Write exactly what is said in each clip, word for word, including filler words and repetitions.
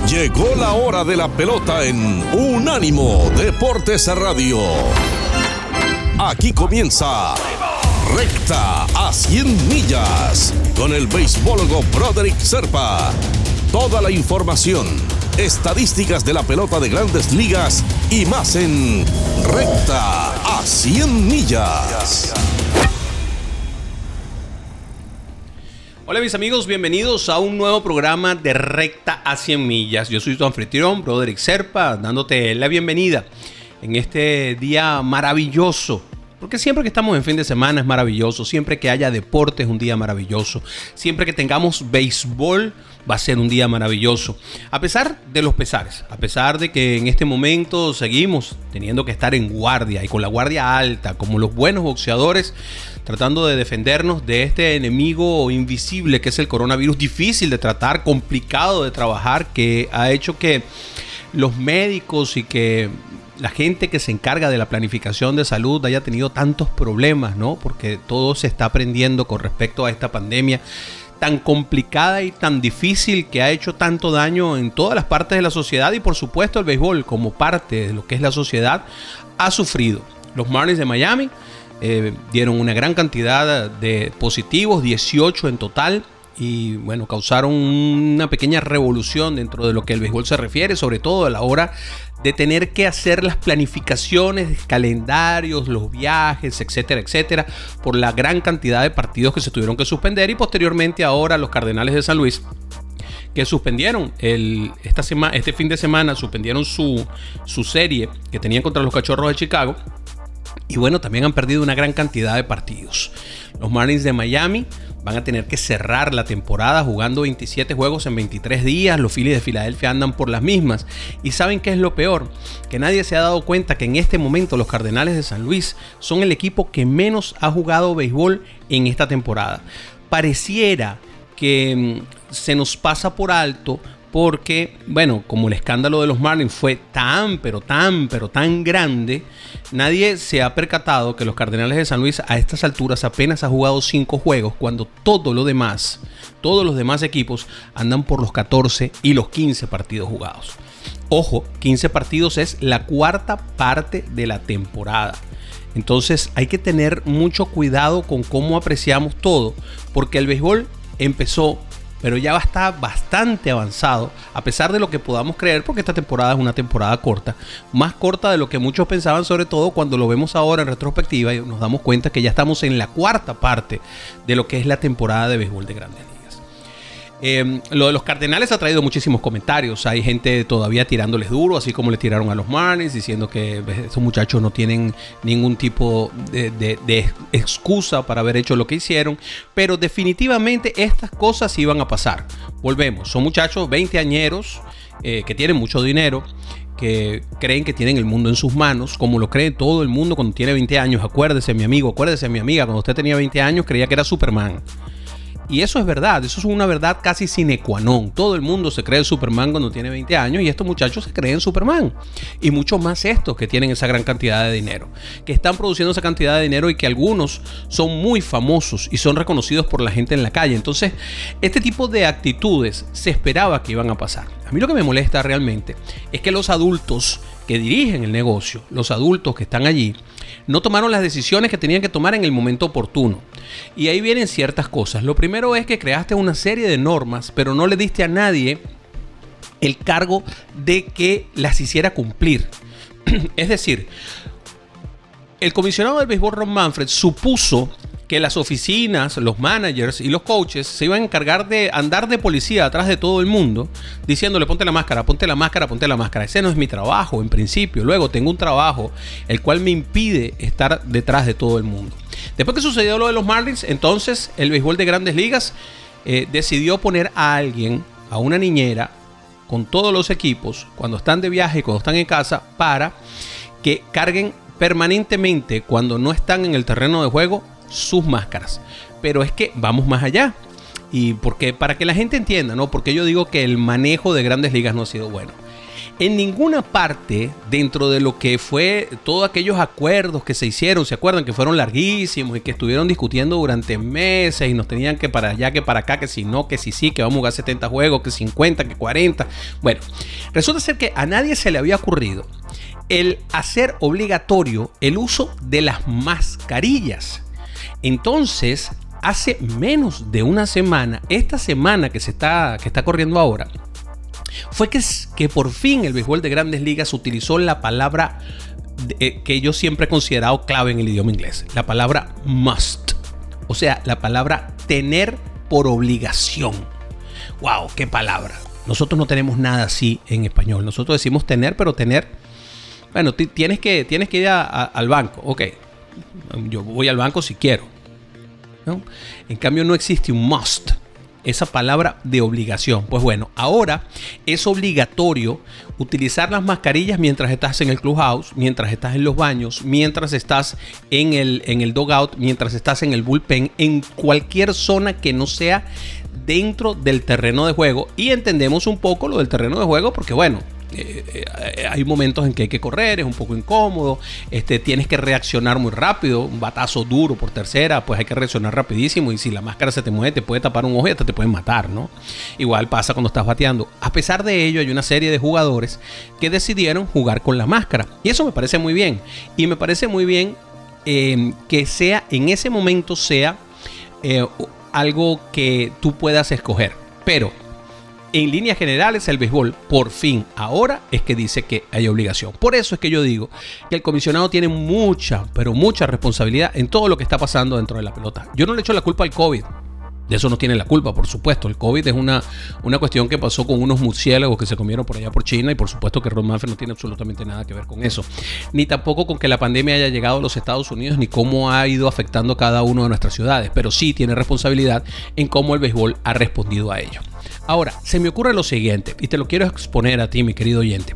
Llegó la hora de la pelota en Unánimo Deportes Radio. Aquí comienza Recta a cien millas con el beisbólogo Broderick Serpa. Toda la información, estadísticas de la pelota de Grandes Ligas y más en Recta a cien millas. Hola mis amigos, bienvenidos a un nuevo programa de Recta a cien millas. Yo soy tu anfitrión, Broderick Serpa, dándote la bienvenida en este día maravilloso. Porque siempre que estamos en fin de semana es maravilloso, siempre que haya deporte es un día maravilloso, siempre que tengamos béisbol va a ser un día maravilloso. A pesar de los pesares, a pesar de que en este momento seguimos teniendo que estar en guardia y con la guardia alta, como los buenos boxeadores, tratando de defendernos de este enemigo invisible que es el coronavirus, difícil de tratar, complicado de trabajar, que ha hecho que los médicos y que la gente que se encarga de la planificación de salud haya tenido tantos problemas, ¿no? Porque todo se está aprendiendo con respecto a esta pandemia tan complicada y tan difícil que ha hecho tanto daño en todas las partes de la sociedad, y por supuesto el béisbol como parte de lo que es la sociedad ha sufrido. Los Marlins de Miami eh, dieron una gran cantidad de positivos, dieciocho en total. Y bueno, causaron una pequeña revolución dentro de lo que el béisbol se refiere, sobre todo a la hora de tener que hacer las planificaciones, calendarios, los viajes, etcétera, etcétera, por la gran cantidad de partidos que se tuvieron que suspender. Y posteriormente ahora los Cardenales de San Luis, que suspendieron el, esta semana, este fin de semana, suspendieron su, su serie que tenían contra los Cachorros de Chicago. Y bueno, también han perdido una gran cantidad de partidos. Los Marlins de Miami van a tener que cerrar la temporada jugando veintisiete juegos en veintitrés días. Los Phillies de Filadelfia andan por las mismas. ¿Y saben qué es lo peor? Que nadie se ha dado cuenta que en este momento los Cardenales de San Luis son el equipo que menos ha jugado béisbol en esta temporada. Pareciera que se nos pasa por alto, porque, bueno, como el escándalo de los Marlins fue tan, pero tan, pero tan grande, nadie se ha percatado que los Cardenales de San Luis a estas alturas apenas ha jugado cinco juegos, cuando todo lo demás, todos los demás equipos andan por los catorce y los quince partidos jugados. Ojo, quince partidos es la cuarta parte de la temporada. Entonces hay que tener mucho cuidado con cómo apreciamos todo, porque el béisbol empezó, pero ya va a estar bastante avanzado, a pesar de lo que podamos creer, porque esta temporada es una temporada corta, más corta de lo que muchos pensaban, sobre todo cuando lo vemos ahora en retrospectiva y nos damos cuenta que ya estamos en la cuarta parte de lo que es la temporada de béisbol de Grandes Ligas. Eh, lo de los Cardenales ha traído muchísimos comentarios. Hay gente todavía tirándoles duro, así como le tiraron a los Marlins, diciendo que esos muchachos no tienen ningún tipo de, de, de excusa para haber hecho lo que hicieron. Pero definitivamente estas cosas iban a pasar. Volvemos, son muchachos veinteañeros eh, que tienen mucho dinero, que creen que tienen el mundo en sus manos, como lo cree todo el mundo cuando tiene veinte años. Acuérdese, mi amigo, acuérdese, mi amiga, cuando usted tenía veinte años creía que era Superman. Y eso es verdad, eso es una verdad casi sine qua non. Todo el mundo se cree Superman cuando tiene veinte años, y estos muchachos se creen Superman. Y mucho más estos que tienen esa gran cantidad de dinero, que están produciendo esa cantidad de dinero, y que algunos son muy famosos y son reconocidos por la gente en la calle. Entonces, este tipo de actitudes se esperaba que iban a pasar. A mí lo que me molesta realmente es que los adultos que dirigen el negocio, los adultos que están allí, no tomaron las decisiones que tenían que tomar en el momento oportuno. Y ahí vienen ciertas cosas. Lo primero es que creaste una serie de normas, pero no le diste a nadie el cargo de que las hiciera cumplir. Es decir, el comisionado del béisbol, Rob Manfred, supuso que las oficinas, los managers y los coaches se iban a encargar de andar de policía atrás de todo el mundo, diciéndole ponte la máscara, ponte la máscara, ponte la máscara. Ese no es mi trabajo en principio. Luego tengo un trabajo el cual me impide estar detrás de todo el mundo. Después que sucedió lo de los Marlins, entonces el béisbol de Grandes Ligas eh, decidió poner a alguien, a una niñera, con todos los equipos, cuando están de viaje y cuando están en casa, para que carguen permanentemente, cuando no están en el terreno de juego, sus máscaras. Pero es que vamos más allá, y porque para que la gente entienda, ¿no? Porque yo digo que el manejo de Grandes Ligas no ha sido bueno. En ninguna parte dentro de lo que fue todos aquellos acuerdos que se hicieron, ¿se acuerdan? Que fueron larguísimos y que estuvieron discutiendo durante meses y nos tenían que para allá, que para acá, que si no, que si sí, que vamos a jugar setenta juegos, que cincuenta, que cuarenta. Bueno, resulta ser que a nadie se le había ocurrido el hacer obligatorio el uso de las mascarillas. Entonces, hace menos de una semana, esta semana que se está, que está corriendo ahora, fue que, que por fin el béisbol de Grandes Ligas utilizó la palabra de, que yo siempre he considerado clave en el idioma inglés, la palabra must, o sea, la palabra tener por obligación. ¡Wow! ¡Qué palabra! Nosotros no tenemos nada así en español. Nosotros decimos tener, pero tener, bueno, t- tienes que, tienes que ir a, a, al banco. Ok, yo voy al banco si quiero, ¿no? En cambio no existe un must, esa palabra de obligación. Pues bueno, ahora es obligatorio utilizar las mascarillas mientras estás en el clubhouse, mientras estás en los baños, mientras estás en el, en el dugout, mientras estás en el bullpen, en cualquier zona que no sea dentro del terreno de juego. Y entendemos un poco lo del terreno de juego porque bueno, Eh, eh, hay momentos en que hay que correr, es un poco incómodo, este, tienes que reaccionar muy rápido, un batazo duro por tercera, pues hay que reaccionar rapidísimo y si la máscara se te mueve te puede tapar un ojo y hasta te pueden matar, ¿no? Igual pasa cuando estás bateando. A pesar de ello hay una serie de jugadores que decidieron jugar con la máscara y eso me parece muy bien y me parece muy bien eh, que sea en ese momento sea eh, algo que tú puedas escoger, pero en líneas generales, el béisbol, por fin, ahora es que dice que hay obligación. Por eso es que yo digo que el comisionado tiene mucha, pero mucha responsabilidad en todo lo que está pasando dentro de la pelota. Yo no le echo la culpa al COVID. De eso no tiene la culpa, por supuesto. El COVID es una, una cuestión que pasó con unos murciélagos que se comieron por allá por China y por supuesto que Rod Manfred no tiene absolutamente nada que ver con eso. Ni tampoco con que la pandemia haya llegado a los Estados Unidos ni cómo ha ido afectando cada una de nuestras ciudades. Pero sí tiene responsabilidad en cómo el béisbol ha respondido a ello. Ahora, se me ocurre lo siguiente y te lo quiero exponer a ti, mi querido oyente.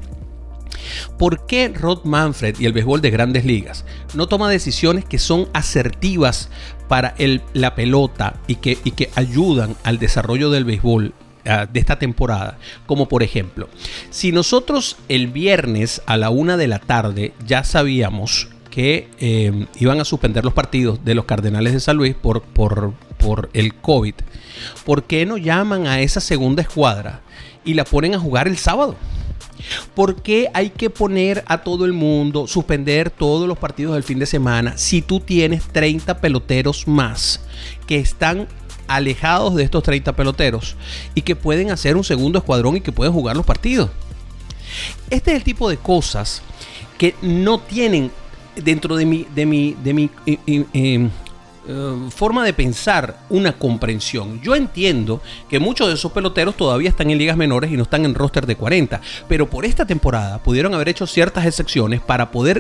¿Por qué Rod Manfred y el béisbol de Grandes Ligas no toma decisiones que son asertivas para el, la pelota y que, y que ayudan al desarrollo del béisbol uh, de esta temporada? Como por ejemplo, si nosotros el viernes a la una de la tarde ya sabíamos que eh, iban a suspender los partidos de los Cardenales de San Luis por, por, por el COVID, ¿por qué no llaman a esa segunda escuadra y la ponen a jugar el sábado? ¿Por qué hay que poner a todo el mundo, suspender todos los partidos del fin de semana si tú tienes treinta peloteros más que están alejados de estos treinta peloteros y que pueden hacer un segundo escuadrón y que pueden jugar los partidos? Este es el tipo de cosas que no tienen dentro de mi, de mi, de mi eh, eh, eh, Uh, forma de pensar una comprensión. Yo entiendo que muchos de esos peloteros todavía están en ligas menores y no están en roster de cuarenta, pero por esta temporada pudieron haber hecho ciertas excepciones para poder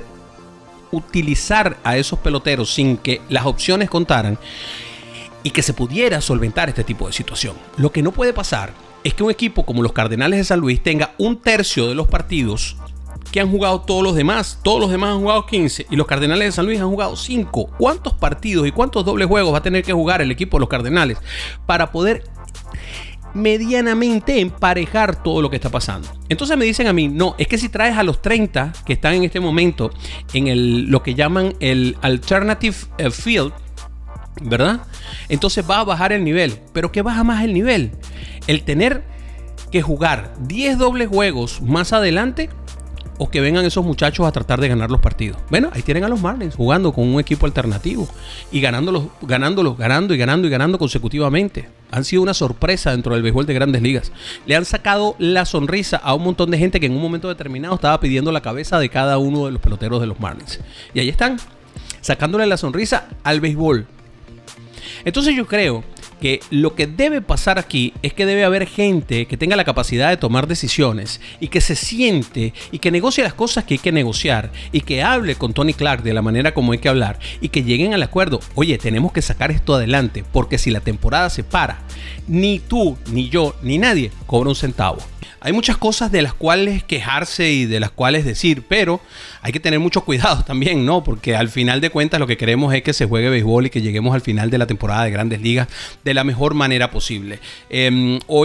utilizar a esos peloteros sin que las opciones contaran y que se pudiera solventar este tipo de situación. Lo que no puede pasar es que un equipo como los Cardenales de San Luis tenga un tercio de los partidos que han jugado todos los demás. Todos los demás han jugado quince y los Cardenales de San Luis han jugado cinco. ¿Cuántos partidos y cuántos dobles juegos va a tener que jugar el equipo de los Cardenales para poder medianamente emparejar todo lo que está pasando? Entonces me dicen a mí, no, es que si traes a los treinta que están en este momento en el, lo que llaman el Alternative Field, ¿verdad? Entonces va a bajar el nivel. ¿Pero qué baja más el nivel? El tener que jugar diez dobles juegos más adelante o que vengan esos muchachos a tratar de ganar los partidos. Bueno, ahí tienen a los Marlins jugando con un equipo alternativo y ganándolos, ganándolos, ganando y ganando y ganando consecutivamente. Han sido una sorpresa dentro del béisbol de Grandes Ligas. Le han sacado la sonrisa a un montón de gente que en un momento determinado estaba pidiendo la cabeza de cada uno de los peloteros de los Marlins. Y ahí están, sacándole la sonrisa al béisbol. Entonces yo creo que lo que debe pasar aquí es que debe haber gente que tenga la capacidad de tomar decisiones y que se siente y que negocie las cosas que hay que negociar y que hable con Tony Clark de la manera como hay que hablar y que lleguen al acuerdo. Oye, tenemos que sacar esto adelante porque si la temporada se para, ni tú, ni yo, ni nadie cobra un centavo. Hay muchas cosas de las cuales quejarse y de las cuales decir, pero hay que tener mucho cuidado también, ¿no? Porque al final de cuentas lo que queremos es que se juegue béisbol y que lleguemos al final de la temporada de Grandes Ligas de la mejor manera posible. Eh, hoy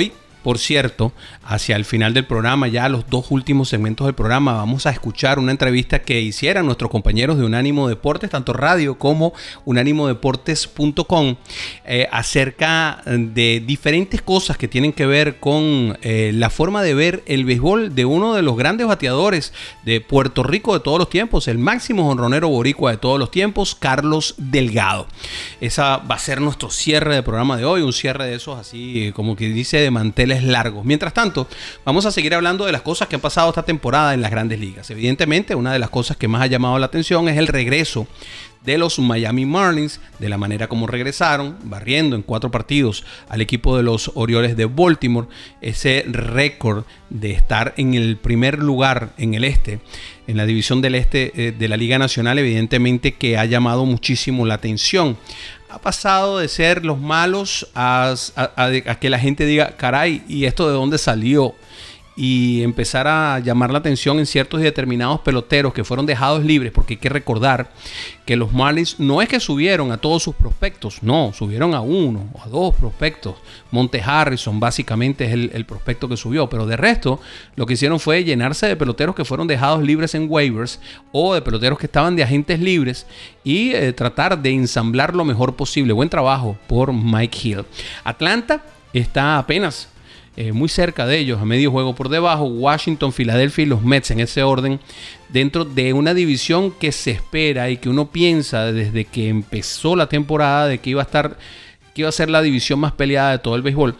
Por cierto, hacia el final del programa, ya los dos últimos segmentos del programa, vamos a escuchar una entrevista que hicieron nuestros compañeros de Unánimo Deportes, tanto radio como unánimo deportes punto com, eh, acerca de diferentes cosas que tienen que ver con eh, la forma de ver el béisbol de uno de los grandes bateadores de Puerto Rico de todos los tiempos, el máximo jonronero boricua de todos los tiempos, Carlos Delgado. Esa va a ser nuestro cierre de programa de hoy, un cierre de esos así como que dice de manteles largos. Mientras tanto, vamos a seguir hablando de las cosas que han pasado esta temporada en las grandes ligas. Evidentemente, una de las cosas que más ha llamado la atención es el regreso de los Miami Marlins, de la manera como regresaron, barriendo en cuatro partidos al equipo de los Orioles de Baltimore. Ese récord de estar en el primer lugar en el este, en la división del este eh, de la Liga Nacional, evidentemente que ha llamado muchísimo la atención. Ha pasado de ser los malos a, a, a, a que la gente diga, caray, ¿y esto de dónde salió? Y empezar a llamar la atención en ciertos y determinados peloteros que fueron dejados libres, porque hay que recordar que los Marlins no es que subieron a todos sus prospectos, no, subieron a uno o a dos prospectos. Monte Harrison básicamente es el, el prospecto que subió, pero de resto lo que hicieron fue llenarse de peloteros que fueron dejados libres en waivers o de peloteros que estaban de agentes libres y eh, tratar de ensamblar lo mejor posible. Buen trabajo por Mike Hill. Atlanta está apenas Eh, muy cerca de ellos, a medio juego por debajo. Washington, Filadelfia y los Mets en ese orden, dentro de una división que se espera y que uno piensa desde que empezó la temporada de que iba a estar, que iba a ser la división más peleada de todo el béisbol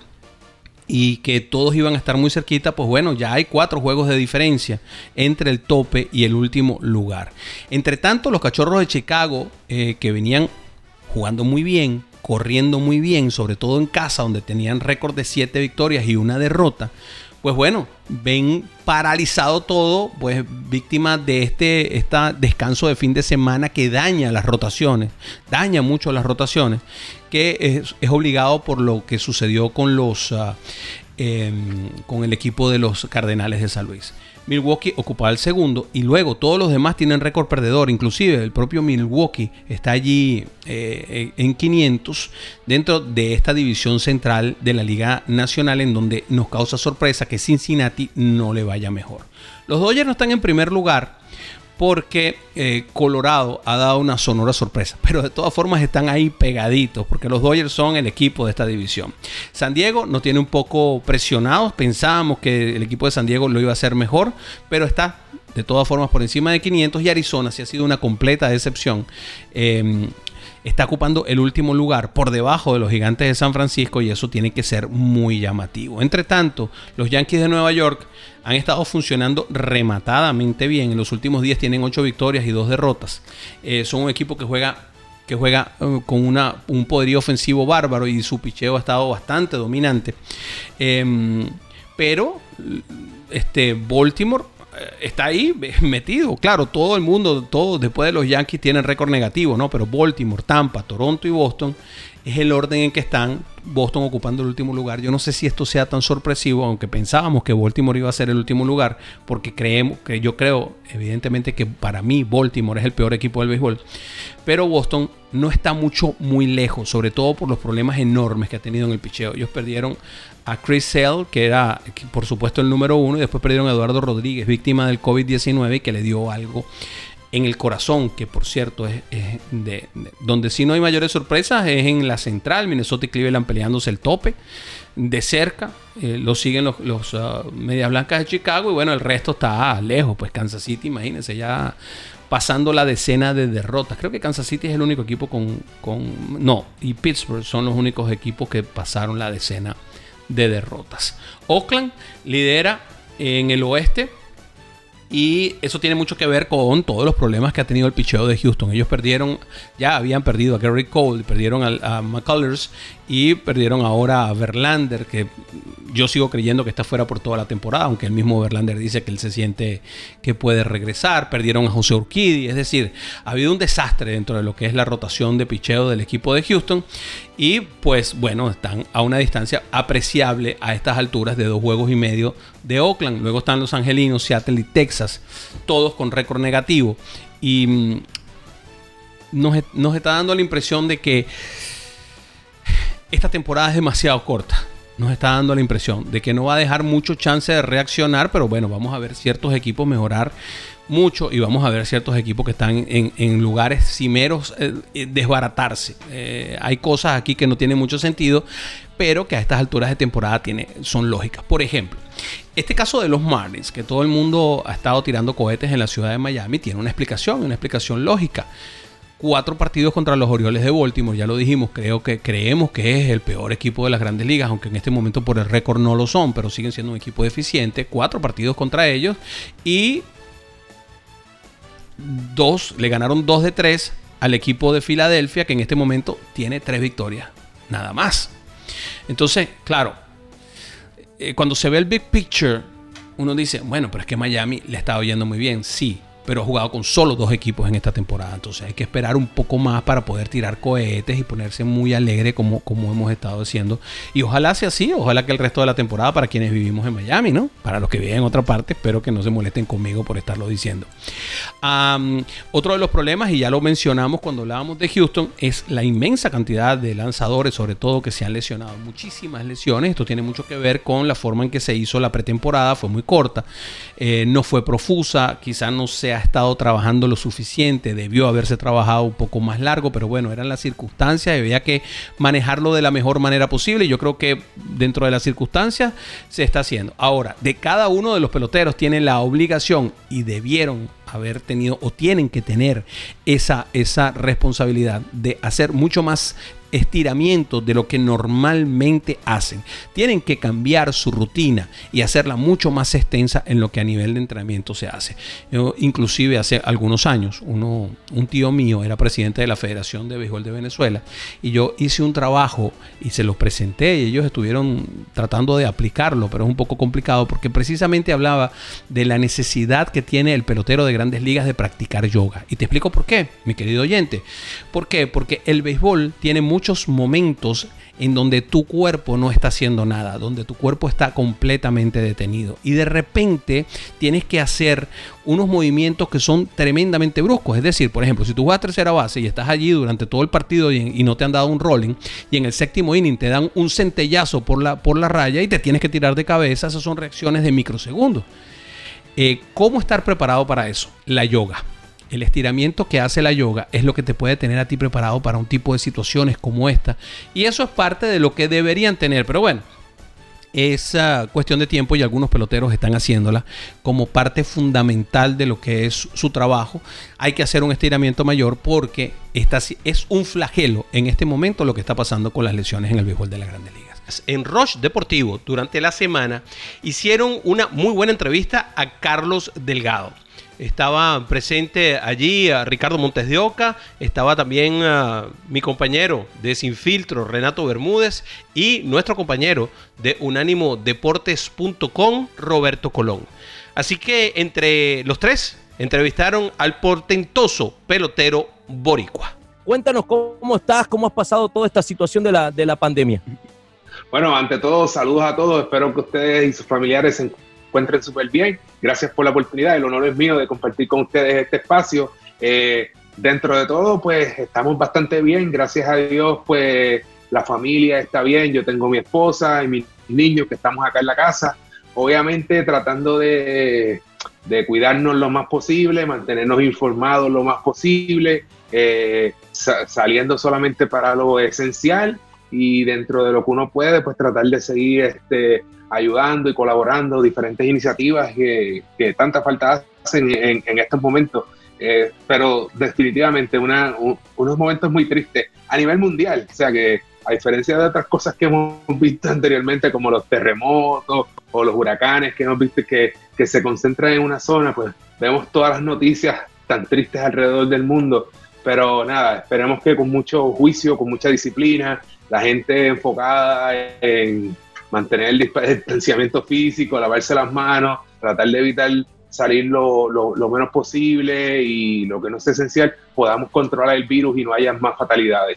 y que todos iban a estar muy cerquita. Pues bueno, ya hay cuatro juegos de diferencia entre el tope y el último lugar. Entre tanto, los Cachorros de Chicago, eh, que venían jugando muy bien, corriendo muy bien, sobre todo en casa, donde tenían récord de siete victorias y una derrota, pues bueno, ven paralizado todo, pues víctima de este, este descanso de fin de semana que daña las rotaciones, daña mucho las rotaciones, que es, es obligado por lo que sucedió con los uh, eh, con el equipo de los Cardenales de San Luis. Milwaukee ocupaba el segundo y luego todos los demás tienen récord perdedor, inclusive el propio Milwaukee está allí eh, en quinientos dentro de esta división central de la Liga Nacional, en donde nos causa sorpresa que Cincinnati no le vaya mejor. Los Dodgers no están en primer lugar porque eh, Colorado ha dado una sonora sorpresa, pero de todas formas están ahí pegaditos porque los Dodgers son el equipo de esta división. San Diego nos tiene un poco presionados, pensábamos que el equipo de San Diego lo iba a hacer mejor, pero está de todas formas por encima de quinientos, y Arizona sí ha sido una completa decepción. Eh, está ocupando el último lugar por debajo de los Gigantes de San Francisco, y eso tiene que ser muy llamativo. Entre tanto, los Yankees de Nueva York han estado funcionando rematadamente bien. En los últimos días tienen ocho victorias y dos derrotas. Eh, son un equipo que juega, que juega uh, con una, un poderío ofensivo bárbaro, y su picheo ha estado bastante dominante. Eh, pero este Baltimore está ahí metido. Claro, todo el mundo, todo después de los Yankees tienen récord negativo, ¿no? Pero Baltimore, Tampa, Toronto y Boston es el orden en que están. Boston ocupando el último lugar. Yo no sé si esto sea tan sorpresivo, aunque pensábamos que Baltimore iba a ser el último lugar, porque creemos que yo creo, evidentemente, que para mí Baltimore es el peor equipo del béisbol. Pero Boston no está mucho, muy lejos, sobre todo por los problemas enormes que ha tenido en el picheo. Ellos perdieron a Chris Sale, que era, por supuesto, el número uno, y después perdieron a Eduardo Rodríguez, víctima del COVID diecinueve, y que le dio algo en el corazón, que por cierto es, es de, de, donde sí no hay mayores sorpresas es en la central. Minnesota y Cleveland peleándose el tope de cerca, eh, lo siguen los, los uh, Medias Blancas de Chicago, y bueno, el resto está lejos. Pues Kansas City, imagínense, ya pasando la decena de derrotas. Creo que Kansas City es el único equipo con, con no, y Pittsburgh son los únicos equipos que pasaron la decena de derrotas. Oakland lidera en el oeste, y eso tiene mucho que ver con todos los problemas que ha tenido el picheo de Houston. Ellos perdieron, ya habían perdido a Gerrit Cole, perdieron a, a McCullers y perdieron ahora a Verlander, que yo sigo creyendo que está fuera por toda la temporada, aunque el mismo Verlander dice que él se siente que puede regresar. Perdieron a José Urquidy. Es decir, ha habido un desastre dentro de lo que es la rotación de picheo del equipo de Houston, y pues bueno, están a una distancia apreciable a estas alturas de dos juegos y medio de Oakland. Luego están los Angelinos, Seattle y Texas, todos con récord negativo, y mmm, nos, nos está dando la impresión de que esta temporada es demasiado corta. nos está dando la impresión de que no va a dejar mucho chance de reaccionar, pero bueno, vamos a ver ciertos equipos mejorar mucho y vamos a ver ciertos equipos que están en, en lugares cimeros eh, desbaratarse. Eh, hay cosas aquí que no tienen mucho sentido, pero que a estas alturas de temporada tiene, son lógicas. Por ejemplo, este caso de los Marlins, que todo el mundo ha estado tirando cohetes en la ciudad de Miami, tiene una explicación, una explicación lógica. Cuatro partidos contra los Orioles de Baltimore, ya lo dijimos, creo que creemos que es el peor equipo de las Grandes Ligas, aunque en este momento por el récord no lo son, pero siguen siendo un equipo deficiente. Cuatro partidos contra ellos y dos, le ganaron dos de tres al equipo de Filadelfia, que en este momento tiene tres victorias, nada más. Entonces, claro, eh, cuando se ve el big picture, uno dice, bueno, pero es que Miami le está yendo muy bien, sí, pero ha jugado con solo dos equipos en esta temporada. Entonces hay que esperar un poco más para poder tirar cohetes y ponerse muy alegre como, como hemos estado haciendo. Y ojalá sea así, ojalá que el resto de la temporada para quienes vivimos en Miami, ¿no? Para los que viven en otra parte, espero que no se molesten conmigo por estarlo diciendo. Um, otro de los problemas, y ya lo mencionamos cuando hablábamos de Houston, es la inmensa cantidad de lanzadores, sobre todo que se han lesionado. Muchísimas lesiones. Esto tiene mucho que ver con la forma en que se hizo la pretemporada. Fue muy corta, eh, no fue profusa, quizás no se ha estado trabajando lo suficiente, debió haberse trabajado un poco más largo, pero bueno, eran las circunstancias y había que manejarlo de la mejor manera posible. Yo creo que dentro de las circunstancias se está haciendo. Ahora, de cada uno de los peloteros tienen la obligación y debieron haber tenido o tienen que tener esa, esa responsabilidad de hacer mucho más estiramiento de lo que normalmente hacen. Tienen que cambiar su rutina y hacerla mucho más extensa en lo que a nivel de entrenamiento se hace. Yo, inclusive hace algunos años, uno, un tío mío era presidente de la Federación de Béisbol de Venezuela y yo hice un trabajo y se los presenté y ellos estuvieron tratando de aplicarlo, pero es un poco complicado porque precisamente hablaba de la necesidad que tiene el pelotero de Grandes Ligas de practicar yoga. Y te explico por qué, mi querido oyente. ¿Por qué? Porque el béisbol tiene mucho muchos momentos en donde tu cuerpo no está haciendo nada, donde tu cuerpo está completamente detenido y de repente tienes que hacer unos movimientos que son tremendamente bruscos. Es decir, por ejemplo, si tú vas a tercera base y estás allí durante todo el partido y, y no te han dado un rolling y en el séptimo inning te dan un centellazo por la, por la raya y te tienes que tirar de cabeza, esas son reacciones de microsegundos. Eh, ¿Cómo estar preparado para eso? La yoga. El estiramiento que hace la yoga es lo que te puede tener a ti preparado para un tipo de situaciones como esta. Y eso es parte de lo que deberían tener. Pero bueno, es uh, cuestión de tiempo y algunos peloteros están haciéndola como parte fundamental de lo que es su trabajo. Hay que hacer un estiramiento mayor porque esta es un flagelo en este momento lo que está pasando con las lesiones en el béisbol de las Grandes Ligas. En Rush Deportivo, durante la semana, hicieron una muy buena entrevista a Carlos Delgado. Estaba presente allí a Ricardo Montes de Oca, estaba también uh, mi compañero de Sin Filtro, Renato Bermúdez, y nuestro compañero de unánimo deportes punto com, Roberto Colón. Así que entre los tres entrevistaron al portentoso pelotero boricua. Cuéntanos cómo estás, cómo has pasado toda esta situación de la, de la pandemia. Bueno, ante todo, saludos a todos. Espero que ustedes y sus familiares se encuentren súper bien. Gracias por la oportunidad. El honor es mío de compartir con ustedes este espacio. Eh, dentro de todo, pues estamos bastante bien. Gracias a Dios, pues la familia está bien. Yo tengo mi esposa y mis niños que estamos acá en la casa. Obviamente tratando de, de cuidarnos lo más posible, mantenernos informados lo más posible, eh, sa- saliendo solamente para lo esencial. Y dentro de lo que uno puede, pues tratar de seguir este, ayudando y colaborando diferentes iniciativas que, que tanta falta hacen en, en estos momentos. Eh, pero definitivamente una, un, unos momentos muy tristes a nivel mundial. O sea que a diferencia de otras cosas que hemos visto anteriormente, como los terremotos o los huracanes que hemos visto que, que se concentran en una zona, pues vemos todas las noticias tan tristes alrededor del mundo. Pero nada, esperemos que con mucho juicio, con mucha disciplina, la gente enfocada en mantener el distanciamiento físico, lavarse las manos, tratar de evitar salir lo, lo, lo menos posible y lo que no es esencial, podamos controlar el virus y no haya más fatalidades.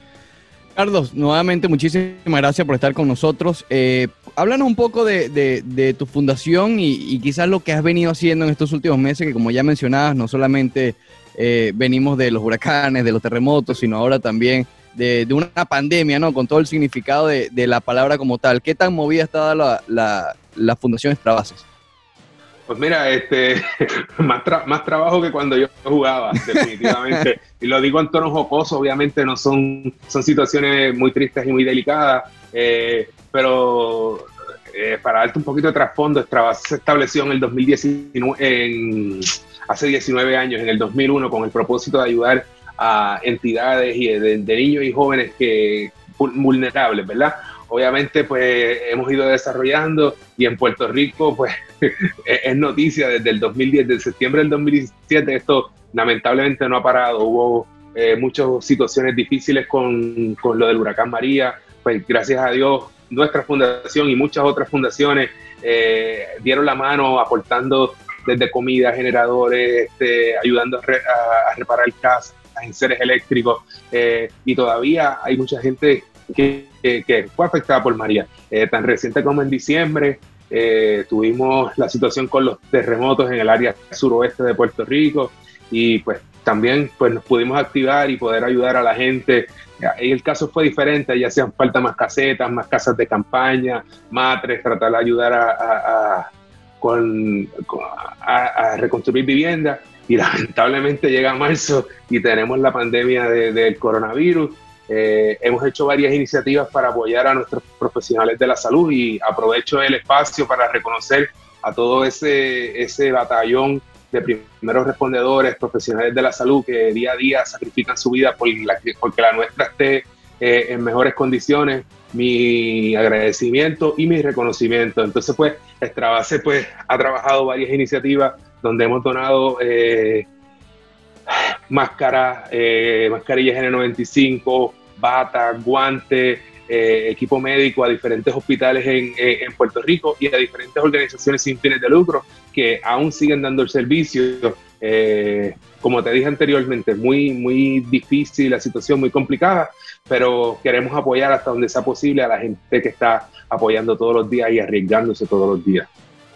Carlos, nuevamente muchísimas gracias por estar con nosotros. Eh, háblanos un poco de, de, de tu fundación y, y quizás lo que has venido haciendo en estos últimos meses, que como ya mencionabas, no solamente eh, venimos de los huracanes, de los terremotos, sino ahora también de, de una pandemia, ¿no? Con todo el significado de, de la palabra como tal. ¿Qué tan movida está la, la, la Fundación Extra Bases? Pues mira, este, más, tra- más trabajo que cuando yo jugaba, definitivamente. Y lo digo en tono jocoso, obviamente no son, son situaciones muy tristes y muy delicadas, eh, pero eh, para darte un poquito de trasfondo, Extra Bases se estableció en el dos mil diecinueve, en, hace diecinueve años, en el dos mil uno, con el propósito de ayudar a entidades y de, de niños y jóvenes que vulnerables, ¿verdad? Obviamente, pues hemos ido desarrollando y en Puerto Rico, pues es noticia desde el dos mil diez, desde septiembre del dos mil diecisiete, esto lamentablemente no ha parado. Hubo eh, muchas situaciones difíciles con, con lo del huracán María, pues gracias a Dios nuestra fundación y muchas otras fundaciones eh, dieron la mano aportando desde comida, generadores, este, ayudando a, re, a, a reparar casas, enseres eléctricos, eh, y todavía hay mucha gente que, que, que fue afectada por María. Eh, tan reciente como en diciembre, eh, tuvimos la situación con los terremotos en el área suroeste de Puerto Rico y pues también pues, nos pudimos activar y poder ayudar a la gente. Y el caso fue diferente, ya hacían falta más casetas, más casas de campaña, matres, tratar de ayudar a, a, a, con, a, a reconstruir viviendas. Y lamentablemente llega marzo y tenemos la pandemia de, del coronavirus. Eh, hemos hecho varias iniciativas para apoyar a nuestros profesionales de la salud y aprovecho el espacio para reconocer a todo ese, ese batallón de primeros respondedores, profesionales de la salud que día a día sacrifican su vida por la, porque la nuestra esté eh, en mejores condiciones. Mi agradecimiento y mi reconocimiento. Entonces, pues, Extra Bases pues, ha trabajado varias iniciativas donde hemos donado eh, máscaras, eh, mascarillas N noventa y cinco, batas, guantes, eh, equipo médico a diferentes hospitales en, en Puerto Rico y a diferentes organizaciones sin fines de lucro que aún siguen dando el servicio. Eh, como te dije anteriormente, muy, muy difícil la situación, muy complicada, pero queremos apoyar hasta donde sea posible a la gente que está apoyando todos los días y arriesgándose todos los días.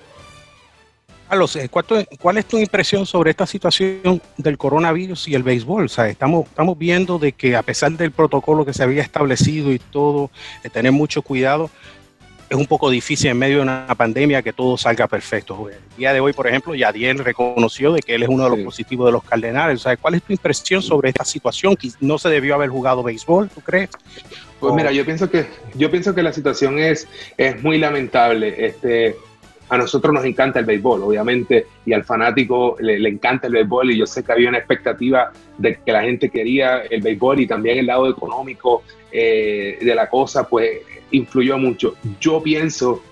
Carlos, ¿cuál es tu impresión sobre esta situación del coronavirus y el béisbol? O sea, estamos, estamos viendo de que a pesar del protocolo que se había establecido y todo, de tener mucho cuidado, es un poco difícil en medio de una pandemia que todo salga perfecto. El día de hoy, por ejemplo, Yadiel reconoció de que él es uno de los sí. positivos de los Cardenales. O sea, ¿cuál es tu impresión sobre esta situación? ¿No se debió haber jugado béisbol, tú crees? Pues mira, yo pienso que, yo pienso que la situación es, es muy lamentable. Este... A nosotros nos encanta el béisbol, obviamente, y al fanático le, le encanta el béisbol, y yo sé que había una expectativa de que la gente quería el béisbol, y también el lado económico eh, de la cosa, pues, influyó mucho. Yo pienso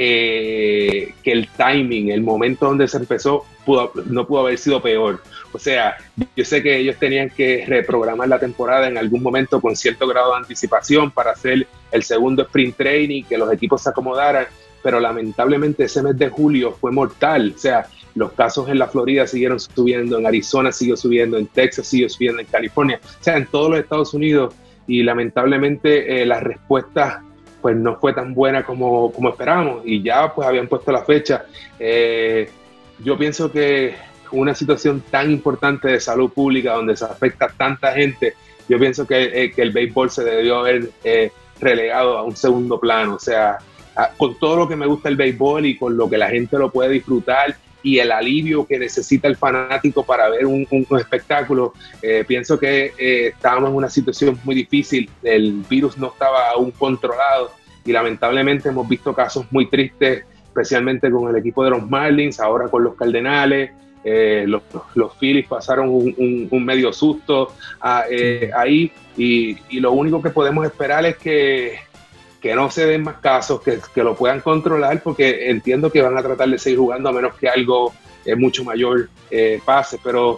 que, que el timing, el momento donde se empezó, pudo, no pudo haber sido peor. O sea, yo sé que ellos tenían que reprogramar la temporada en algún momento con cierto grado de anticipación para hacer el segundo sprint training, que los equipos se acomodaran, pero lamentablemente ese mes de julio fue mortal. O sea, los casos en la Florida siguieron subiendo, en Arizona siguió subiendo, en Texas siguió subiendo, en California, o sea, en todos los Estados Unidos, y lamentablemente eh, la respuesta pues no fue tan buena como, como esperábamos, y ya pues habían puesto la fecha. Eh, yo pienso que una situación tan importante de salud pública donde se afecta a tanta gente, yo pienso que, eh, que el béisbol se debió haber eh, relegado a un segundo plano. O sea, con todo lo que me gusta el béisbol y con lo que la gente lo puede disfrutar y el alivio que necesita el fanático para ver un, un, un espectáculo, eh, pienso que eh, estábamos en una situación muy difícil, el virus no estaba aún controlado y lamentablemente hemos visto casos muy tristes, especialmente con el equipo de los Marlins, ahora con los Cardenales. Eh, los, los Phillies pasaron un, un, un medio susto a, eh, ahí y, y lo único que podemos esperar es que que no se den más casos, que, que lo puedan controlar, porque entiendo que van a tratar de seguir jugando a menos que algo eh, mucho mayor eh, pase, pero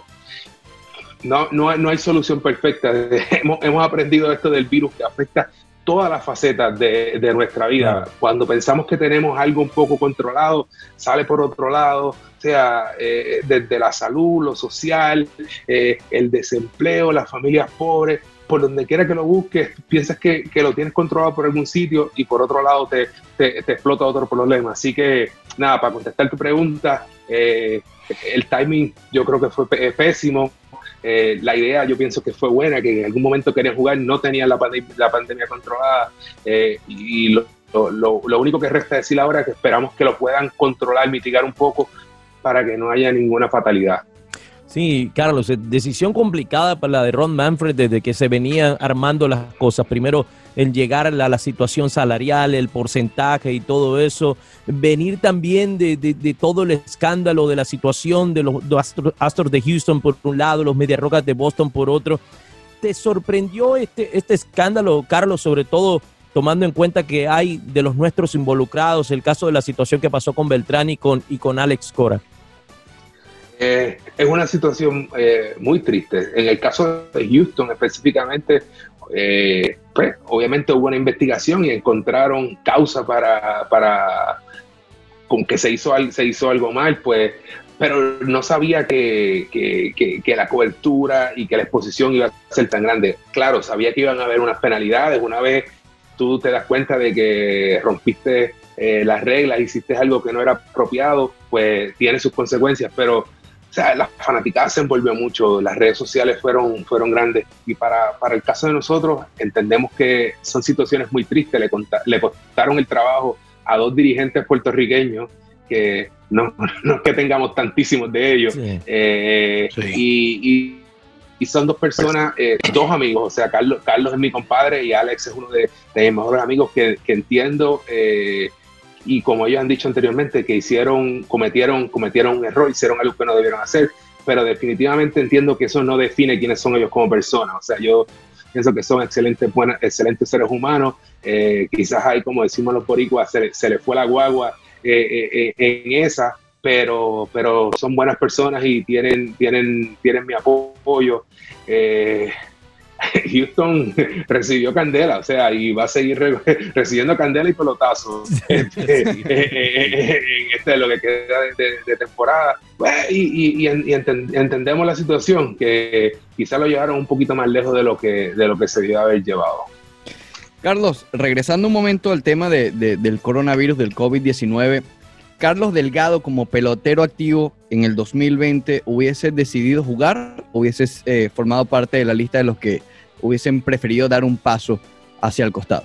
no, no, no hay solución perfecta. hemos, hemos aprendido esto del virus que afecta todas las facetas de, de nuestra vida. Sí. Cuando pensamos que tenemos algo un poco controlado, sale por otro lado, o sea, eh, desde la salud, lo social, eh, el desempleo, las familias pobres, por donde quiera que lo busques, piensas que, que lo tienes controlado por algún sitio y por otro lado te, te, te explota otro problema. Así que, nada, para contestar tu pregunta, eh, el timing yo creo que fue pésimo. Eh, la idea yo pienso que fue buena, que en algún momento querían jugar, no tenían la, pandem- la pandemia controlada, eh, y lo, lo, lo único que resta decir ahora es que esperamos que lo puedan controlar, mitigar un poco para que no haya ninguna fatalidad. Sí, Carlos, decisión complicada para la de Ron Manfred desde que se venían armando las cosas. Primero, el llegar a la, la situación salarial, el porcentaje y todo eso. Venir también de, de, de todo el escándalo de la situación de los, los Astros de Houston por un lado, los Medias Rojas de Boston por otro. ¿Te sorprendió este, este escándalo, Carlos, sobre todo tomando en cuenta que hay de los nuestros involucrados, el caso de la situación que pasó con Beltrán y con, y con Alex Cora? Eh, es una situación eh, muy triste. En el caso de Houston específicamente, eh, pues obviamente hubo una investigación y encontraron causa para, para con que se hizo, se hizo algo mal, pues, pero no sabía que, que, que, que la cobertura y que la exposición iba a ser tan grande. Claro, sabía que iban a haber unas penalidades. Una vez tú te das cuenta de que rompiste eh, las reglas, hiciste algo que no era apropiado, pues tiene sus consecuencias, pero o sea, la fanaticada se envolvió mucho, las redes sociales fueron, fueron grandes, y para, para el caso de nosotros entendemos que son situaciones muy tristes. Le, conta, le costaron el trabajo a dos dirigentes puertorriqueños, que no, no es que tengamos tantísimos de ellos, sí. Eh, sí. Y, y, y son dos personas, eh, dos amigos, o sea, Carlos, Carlos es mi compadre y Alex es uno de, de mis mejores amigos que, que entiendo, eh, y como ellos han dicho anteriormente, que hicieron, cometieron, cometieron un error, hicieron algo que no debieron hacer, pero definitivamente entiendo que eso no define quiénes son ellos como personas. O sea, yo pienso que son excelentes, buenas, excelentes seres humanos. Eh, quizás ahí, como decimos los boricuas, se, se les fue la guagua eh, eh, en esa, pero, pero son buenas personas y tienen, tienen, tienen mi apoyo. Eh, Houston recibió candela, o sea, y va a seguir re- recibiendo candela y pelotazos este, en este, lo que queda de, de, de temporada. Pues, y y, y, y ent- entendemos la situación, que quizá lo llevaron un poquito más lejos de lo que, de lo que se debió haber llevado. Carlos, regresando un momento al tema de, de, del coronavirus, del COVID diecinueve, Carlos Delgado, como pelotero activo en el dos mil veinte, ¿hubiese decidido jugar? ¿Hubieses eh, formado parte de la lista de los que hubiesen preferido dar un paso hacia el costado?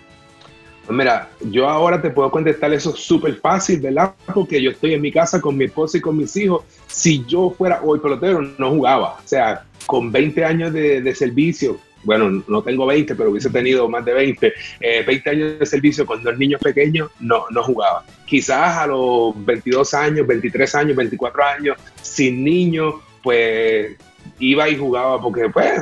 Pues mira, yo ahora te puedo contestar eso súper fácil, ¿verdad? Porque yo estoy en mi casa con mi esposa y con mis hijos. Si yo fuera hoy pelotero, no jugaba. O sea, con veinte años de, de servicio, bueno, no tengo veinte, pero hubiese tenido más de veinte, eh, veinte años de servicio con dos niños pequeños, no, no jugaba. Quizás a los veintidós años, veintitrés años, veinticuatro años, sin niños, pues iba y jugaba, porque pues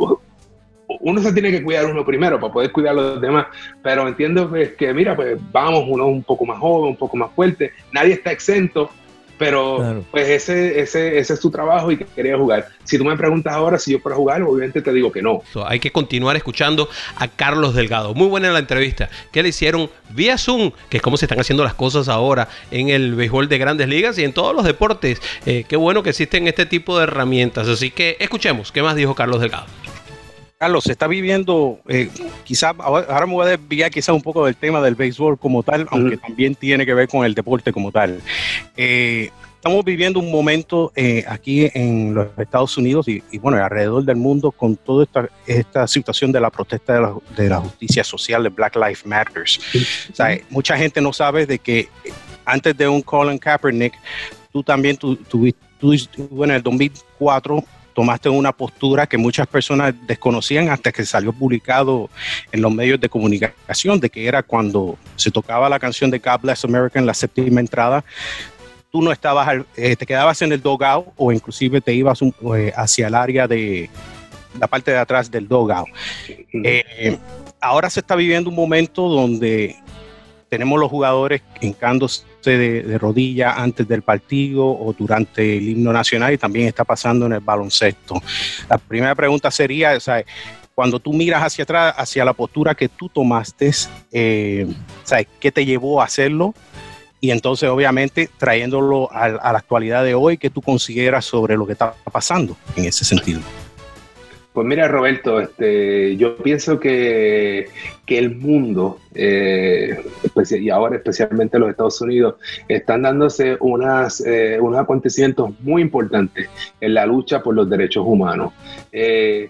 uno se tiene que cuidar uno primero para poder cuidar a los demás, pero entiendo pues, que mira, pues vamos, uno un poco más joven, un poco más fuerte, nadie está exento, pero claro, pues ese, ese, ese es tu trabajo y que quería jugar. Si tú me preguntas ahora si yo puedo jugar, obviamente te digo que no. So, hay que continuar escuchando a Carlos Delgado. Muy buena la entrevista que le hicieron vía Zoom, que es como se están haciendo las cosas ahora en el béisbol de Grandes Ligas y en todos los deportes. Eh, qué bueno que existen este tipo de herramientas. Así que escuchemos qué más dijo Carlos Delgado. Carlos, se está viviendo, eh, quizás, ahora me voy a desviar quizás un poco del tema del béisbol como tal, aunque uh-huh. también tiene que ver con el deporte como tal. Eh, estamos viviendo un momento eh, aquí en los Estados Unidos y, y bueno, alrededor del mundo con toda esta, esta situación de la protesta de la, de la justicia social de Black Lives Matter. Uh-huh. O sea, mucha gente no sabe de que antes de un Colin Kaepernick, tú también tuviste, tú, tú, bueno, en el dos mil cuatro, tomaste una postura que muchas personas desconocían hasta que salió publicado en los medios de comunicación, de que era cuando se tocaba la canción de God Bless America en la séptima entrada, tú no estabas, eh, te quedabas en el dugout o inclusive te ibas un, eh, hacia el área de la parte de atrás del dugout. Eh, ahora se está viviendo un momento donde tenemos los jugadores hincándose de, de rodillas antes del partido o durante el himno nacional, y también está pasando en el baloncesto. La primera pregunta sería, o sea, cuando tú miras hacia atrás, hacia la postura que tú tomaste, eh, o sea, ¿qué te llevó a hacerlo? Y entonces, obviamente, trayéndolo a, a la actualidad de hoy, ¿qué tú consideras sobre lo que está pasando en ese sentido? Pues mira, Roberto, este, yo pienso que, que el mundo, eh, y ahora especialmente los Estados Unidos, están dándose unas, eh, unos acontecimientos muy importantes en la lucha por los derechos humanos. Eh,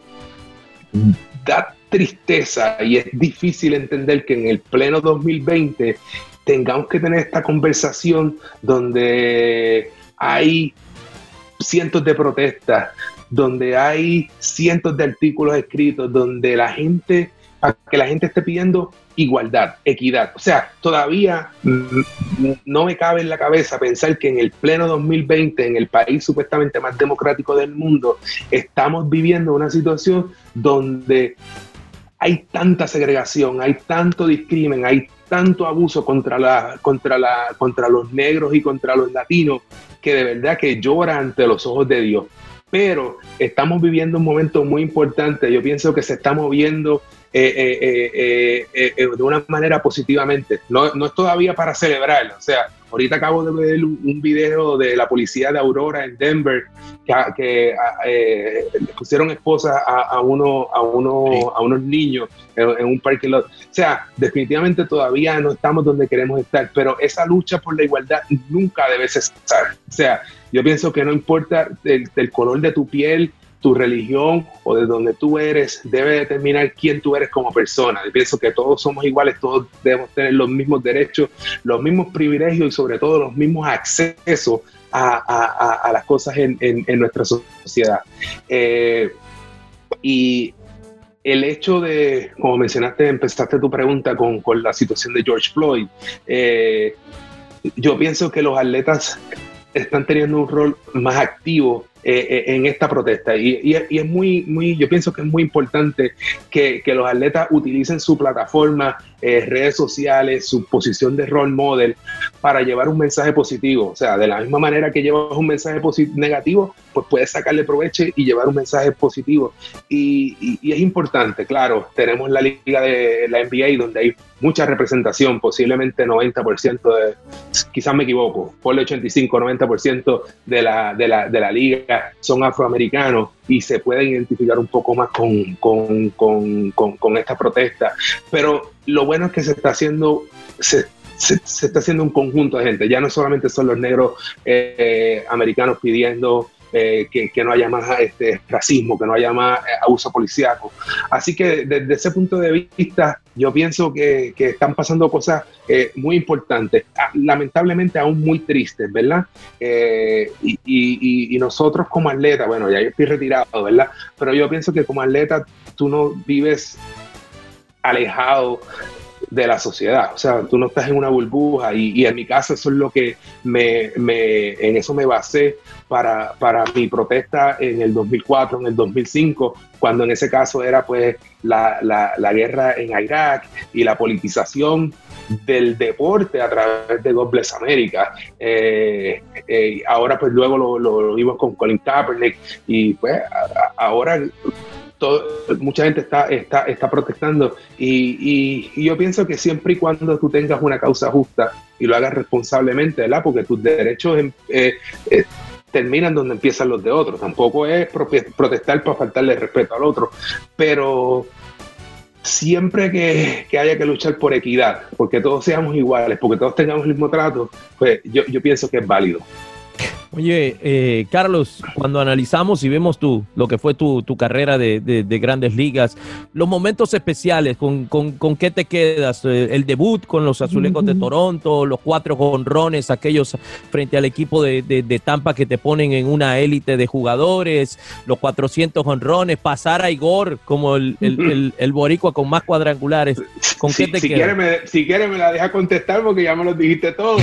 da tristeza y es difícil entender que en el pleno dos mil veinte tengamos que tener esta conversación donde hay cientos de protestas, donde hay cientos de artículos escritos, donde la gente, que la gente esté pidiendo igualdad, equidad. O sea, todavía no me cabe en la cabeza pensar que en el pleno dos mil veinte, en el país supuestamente más democrático del mundo, estamos viviendo una situación donde hay tanta segregación, hay tanto discrimen, hay tanto abuso contra, la, contra, la, contra los negros y contra los latinos, que de verdad que llora ante los ojos de Dios. Pero estamos viviendo un momento muy importante. Yo pienso que se está moviendo eh, eh, eh, eh, eh, de una manera positivamente. No, no es todavía para celebrar. O sea, ahorita acabo de ver un video de la policía de Aurora en Denver que, que eh, le pusieron esposa a, a, uno, a, uno, sí. a unos niños en, en un parking lot. O sea, definitivamente todavía no estamos donde queremos estar, pero esa lucha por la igualdad nunca debe cesar. O sea, yo pienso que no importa el, el color de tu piel, tu religión o de donde tú eres, debe determinar quién tú eres como persona. Yo pienso que todos somos iguales, todos debemos tener los mismos derechos, los mismos privilegios y sobre todo los mismos accesos a, a, a las cosas en, en, en nuestra sociedad. Eh, y el hecho de, como mencionaste, empezaste tu pregunta con, con la situación de George Floyd, eh, yo pienso que los atletas están teniendo un rol más activo eh, en esta protesta y, y, y es muy, muy, yo pienso que es muy importante que, que los atletas utilicen su plataforma, eh, redes sociales, su posición de role model para llevar un mensaje positivo. O sea, de la misma manera que llevas un mensaje negativo, pues puedes sacarle provecho y llevar un mensaje positivo. Y, y, y es importante, claro, tenemos la liga de la N B A donde hay mucha representación, posiblemente noventa por ciento de, quizás me equivoco, por el ochenta y cinco, noventa por ciento de la, de la, de la liga son afroamericanos y se pueden identificar un poco más con, con, con, con, con esta protesta. Pero lo bueno es que se está haciendo, se, se, se está haciendo un conjunto de gente, ya no solamente son los negros eh, americanos pidiendo Eh, que, que no haya más este, racismo, que no haya más eh, abuso policíaco. Así que desde ese punto de vista, yo pienso que, que están pasando cosas eh, muy importantes, lamentablemente aún muy tristes, ¿verdad? Eh, y, y, y nosotros como atletas, bueno, ya yo estoy retirado, ¿verdad? Pero yo pienso que como atleta tú no vives alejado de la sociedad, o sea, tú no estás en una burbuja y, y en mi caso eso es lo que me, me en eso me basé para, para mi protesta en el dos mil cuatro, en el dos mil cinco, cuando en ese caso era pues la, la, la guerra en Irak y la politización del deporte a través de God Bless America. Eh, eh, ahora pues luego lo, lo, lo vimos con Colin Kaepernick y pues a, a, ahora Todo, mucha gente está, está, está protestando y, y, y yo pienso que siempre y cuando tú tengas una causa justa y lo hagas responsablemente, ¿verdad? Porque tus derechos eh, eh, terminan donde empiezan los de otros. Tampoco es protestar para faltarle respeto al otro, pero siempre que, que haya que luchar por equidad, porque todos seamos iguales, porque todos tengamos el mismo trato, pues yo, yo pienso que es válido. Oye, eh, Carlos, cuando analizamos y vemos tu, lo que fue tu, tu carrera de, de, de Grandes Ligas, los momentos especiales, ¿con, con, con qué te quedas? El debut con los Azulejos uh-huh. de Toronto, los cuatro jonrones, aquellos frente al equipo de, de, de Tampa que te ponen en una élite de jugadores, los cuatrocientos jonrones, pasar a Igor como el, el, el, el boricua con más cuadrangulares. ¿Con si, qué te si quedas? Quiere me, si quieres me la deja contestar porque ya me lo dijiste todo.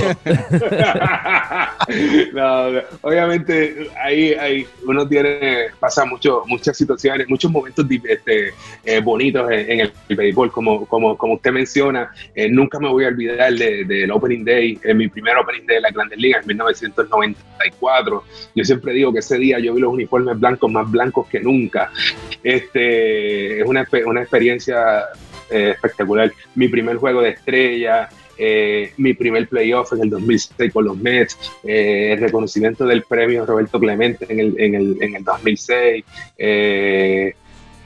no, no. Obviamente ahí, ahí uno tiene, pasa mucho, muchas situaciones, muchos momentos este, eh, bonitos en, en el, el béisbol, como, como, como usted menciona. Eh, nunca me voy a olvidar del de, de Opening Day, en mi primer Opening Day de las Grandes Ligas en mil novecientos noventa y cuatro. Yo siempre digo que ese día yo vi los uniformes blancos más blancos que nunca. Este, es una, una experiencia eh, espectacular. Mi primer juego de estrella. Eh, mi primer playoff en el dos mil seis con los Mets, eh, el reconocimiento del premio Roberto Clemente en el, en el, en el dos mil seis, eh,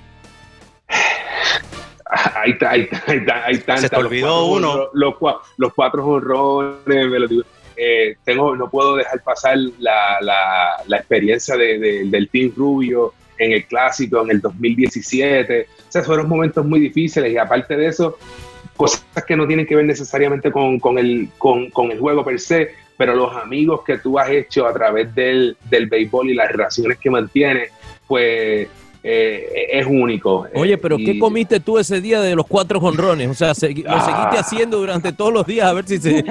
ahí está, ahí está, ahí está, ahí está. Se te olvidó los uno. Los, los, los cuatro jonrones, me lo digo. Eh, tengo, no puedo dejar pasar la, la, la experiencia de, de, del Team Rubio en el Clásico en el dos mil diecisiete. O sea, fueron momentos muy difíciles y aparte de eso, cosas que no tienen que ver necesariamente con, con, el, con, con el juego per se, pero los amigos que tú has hecho a través del, del béisbol y las relaciones que mantienes, pues eh, es único. Oye, pero y, ¿qué comiste tú ese día de los cuatro jonrones? O sea, se, lo ah, seguiste haciendo durante todos los días a ver si se...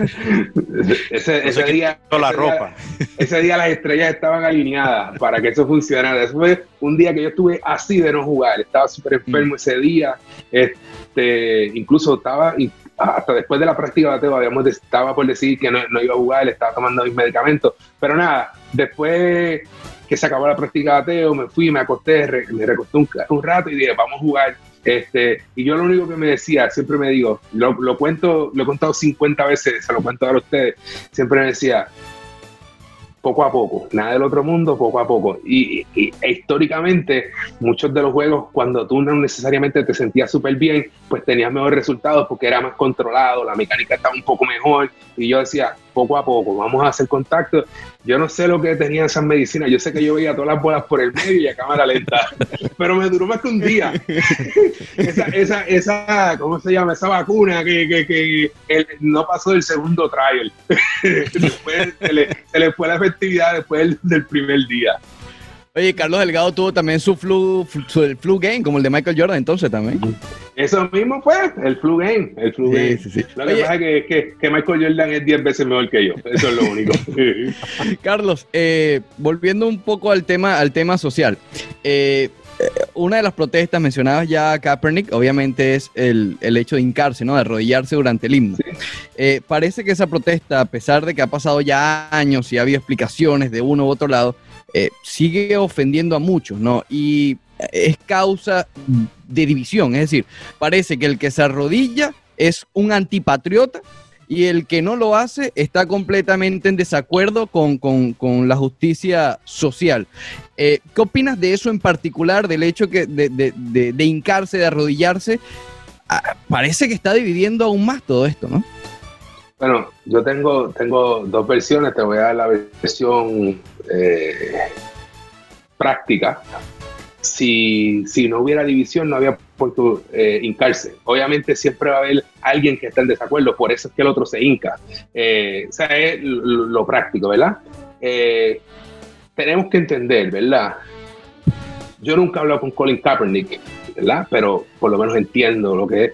ese, ese, día, la ese, ropa. Día, ese día las estrellas estaban alineadas para que eso funcionara. Eso fue un día que yo estuve así de no jugar. Estaba súper enfermo mm. ese día. Este, incluso estaba... hasta después de la práctica de bateo habíamos estaba por decir que no, no iba a jugar, le estaba tomando mis medicamentos, pero nada, después que se acabó la práctica de bateo, me fui, me acosté, re, me recosté un, un rato y dije, vamos a jugar. Este, y yo lo único que me decía, siempre me digo, lo, lo cuento, lo he contado cincuenta veces, se lo cuento a ustedes, siempre me decía, poco a poco, nada del otro mundo, poco a poco. Y, y e históricamente, muchos de los juegos, cuando tú no necesariamente te sentías súper bien, pues tenías mejores resultados porque era más controlado, la mecánica estaba un poco mejor. Y yo decía, poco a poco, vamos a hacer contacto. Yo no sé lo que tenían esas medicinas, yo sé que yo veía todas las bolas por el medio y a cámara lenta, pero me duró más que un día. esa, esa, esa, ¿cómo se llama? Esa vacuna que, que, que el, no pasó del segundo trial. Después se le, se le fue la efectividad después del, del primer día. Oye, Carlos Delgado tuvo también su flu, su, el flu game, como el de Michael Jordan, entonces también. Eso mismo fue, el flu game, el flu sí, game. Sí, sí. Lo que Oye, pasa es que, que, que Michael Jordan es diez veces mejor que yo, eso es lo único. Carlos, eh, volviendo un poco al tema, al tema social, eh, una de las protestas mencionadas ya a Kaepernick, obviamente es el, el hecho de hincarse, ¿no? De arrodillarse durante el himno. Sí. Eh, parece que esa protesta, a pesar de que ha pasado ya años y ha habido explicaciones de uno u otro lado, eh, sigue ofendiendo a muchos, ¿no? Y es causa de división, es decir, parece que el que se arrodilla es un antipatriota y el que no lo hace está completamente en desacuerdo con, con, con la justicia social. Eh, ¿Qué opinas de eso en particular, del hecho que de, de, de, de hincarse, de arrodillarse? Ah, parece que está dividiendo aún más todo esto, ¿no? Bueno, yo tengo, tengo dos versiones, te voy a dar la versión eh, práctica. Si, si no hubiera división, no había puesto eh, hincarse. Obviamente siempre va a haber alguien que está en desacuerdo, por eso es que el otro se hinca. Eh, o sea, es lo, lo práctico, ¿verdad? Eh, tenemos que entender, ¿verdad? Yo nunca he hablado con Colin Kaepernick, ¿verdad? Pero por lo menos entiendo lo que es.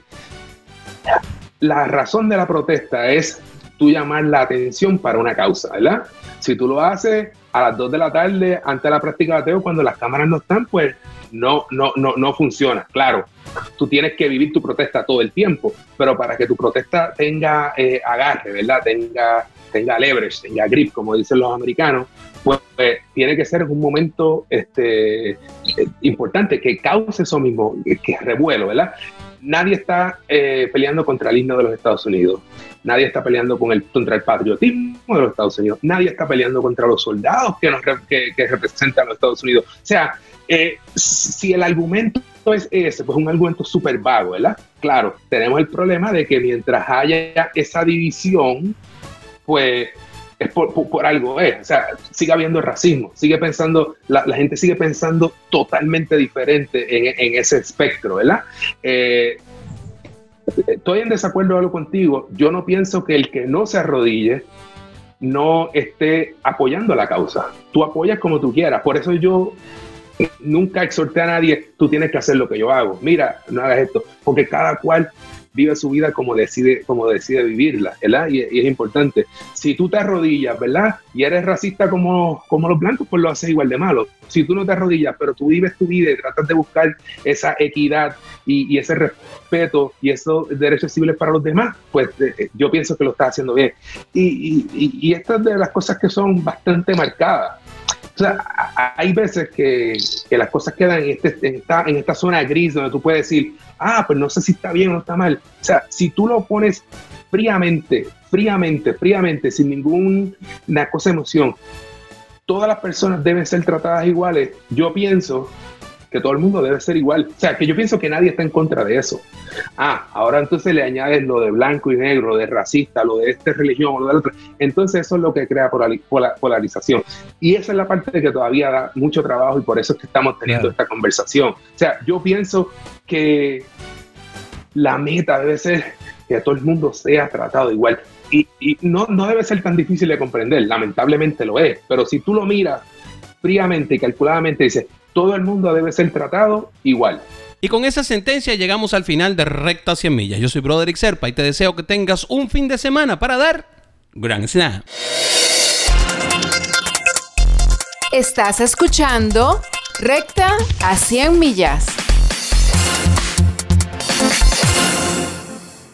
La razón de la protesta es tú llamar la atención para una causa, ¿verdad? Si tú lo haces a las dos de la tarde antes de la práctica de bateo, cuando las cámaras no están, pues no, no, no, no funciona. Claro, tú tienes que vivir tu protesta todo el tiempo, pero para que tu protesta tenga eh, agarre, ¿verdad? Tenga, tenga leverage, tenga grip, como dicen los americanos, pues, pues tiene que ser un momento este, eh, importante que cause eso mismo, que, que revuelo, ¿verdad? Nadie está eh, peleando contra el himno de los Estados Unidos. Nadie está peleando con el, contra el patriotismo de los Estados Unidos. Nadie está peleando contra los soldados que, nos, que, que representan a los Estados Unidos. O sea, eh, si el argumento es ese, pues un argumento súper vago, ¿verdad? Claro, tenemos el problema de que mientras haya esa división, pues es por, por, por algo es. O sea, sigue habiendo racismo, sigue pensando, la, la gente sigue pensando totalmente diferente en, en ese espectro, ¿verdad? Eh, estoy en desacuerdo algo contigo. Yo no pienso que el que no se arrodille no esté apoyando la causa. Tú apoyas como tú quieras. Por eso yo nunca exhorté a nadie, tú tienes que hacer lo que yo hago. Mira, no hagas esto. Porque cada cual vive su vida como decide, como decide vivirla, ¿verdad? Y, y es importante. Si tú te arrodillas, ¿verdad? Y eres racista como, como los blancos, pues lo haces igual de malo. Si tú no te arrodillas, pero tú vives tu vida y tratas de buscar esa equidad y, y ese respeto y esos derechos civiles para los demás, pues eh, yo pienso que lo estás haciendo bien. Y, y, y estas de las cosas que son bastante marcadas. O sea, hay veces que, que las cosas quedan en, este, en, esta, en esta zona gris donde tú puedes decir, ah, pues no sé si está bien o no está mal. O sea, si tú lo pones fríamente, fríamente, fríamente, sin ninguna cosa de emoción, todas las personas deben ser tratadas iguales. Yo pienso que todo el mundo debe ser igual. O sea, que yo pienso que nadie está en contra de eso. Ah, ahora entonces le añades lo de blanco y negro, de racista, lo de esta religión, lo de la otra. Entonces eso es lo que crea polarización. Y esa es la parte que todavía da mucho trabajo y por eso es que estamos teniendo esta conversación. O sea, yo pienso que la meta debe ser que todo el mundo sea tratado igual. Y, y no, no debe ser tan difícil de comprender, lamentablemente lo es. Pero si tú lo miras fríamente y calculadamente, dices, todo el mundo debe ser tratado igual. Y con esa sentencia llegamos al final de Recta cien Millas. Yo soy Broderick Serpa y te deseo que tengas un fin de semana para dar Grand Slam. Estás escuchando Recta a cien Millas.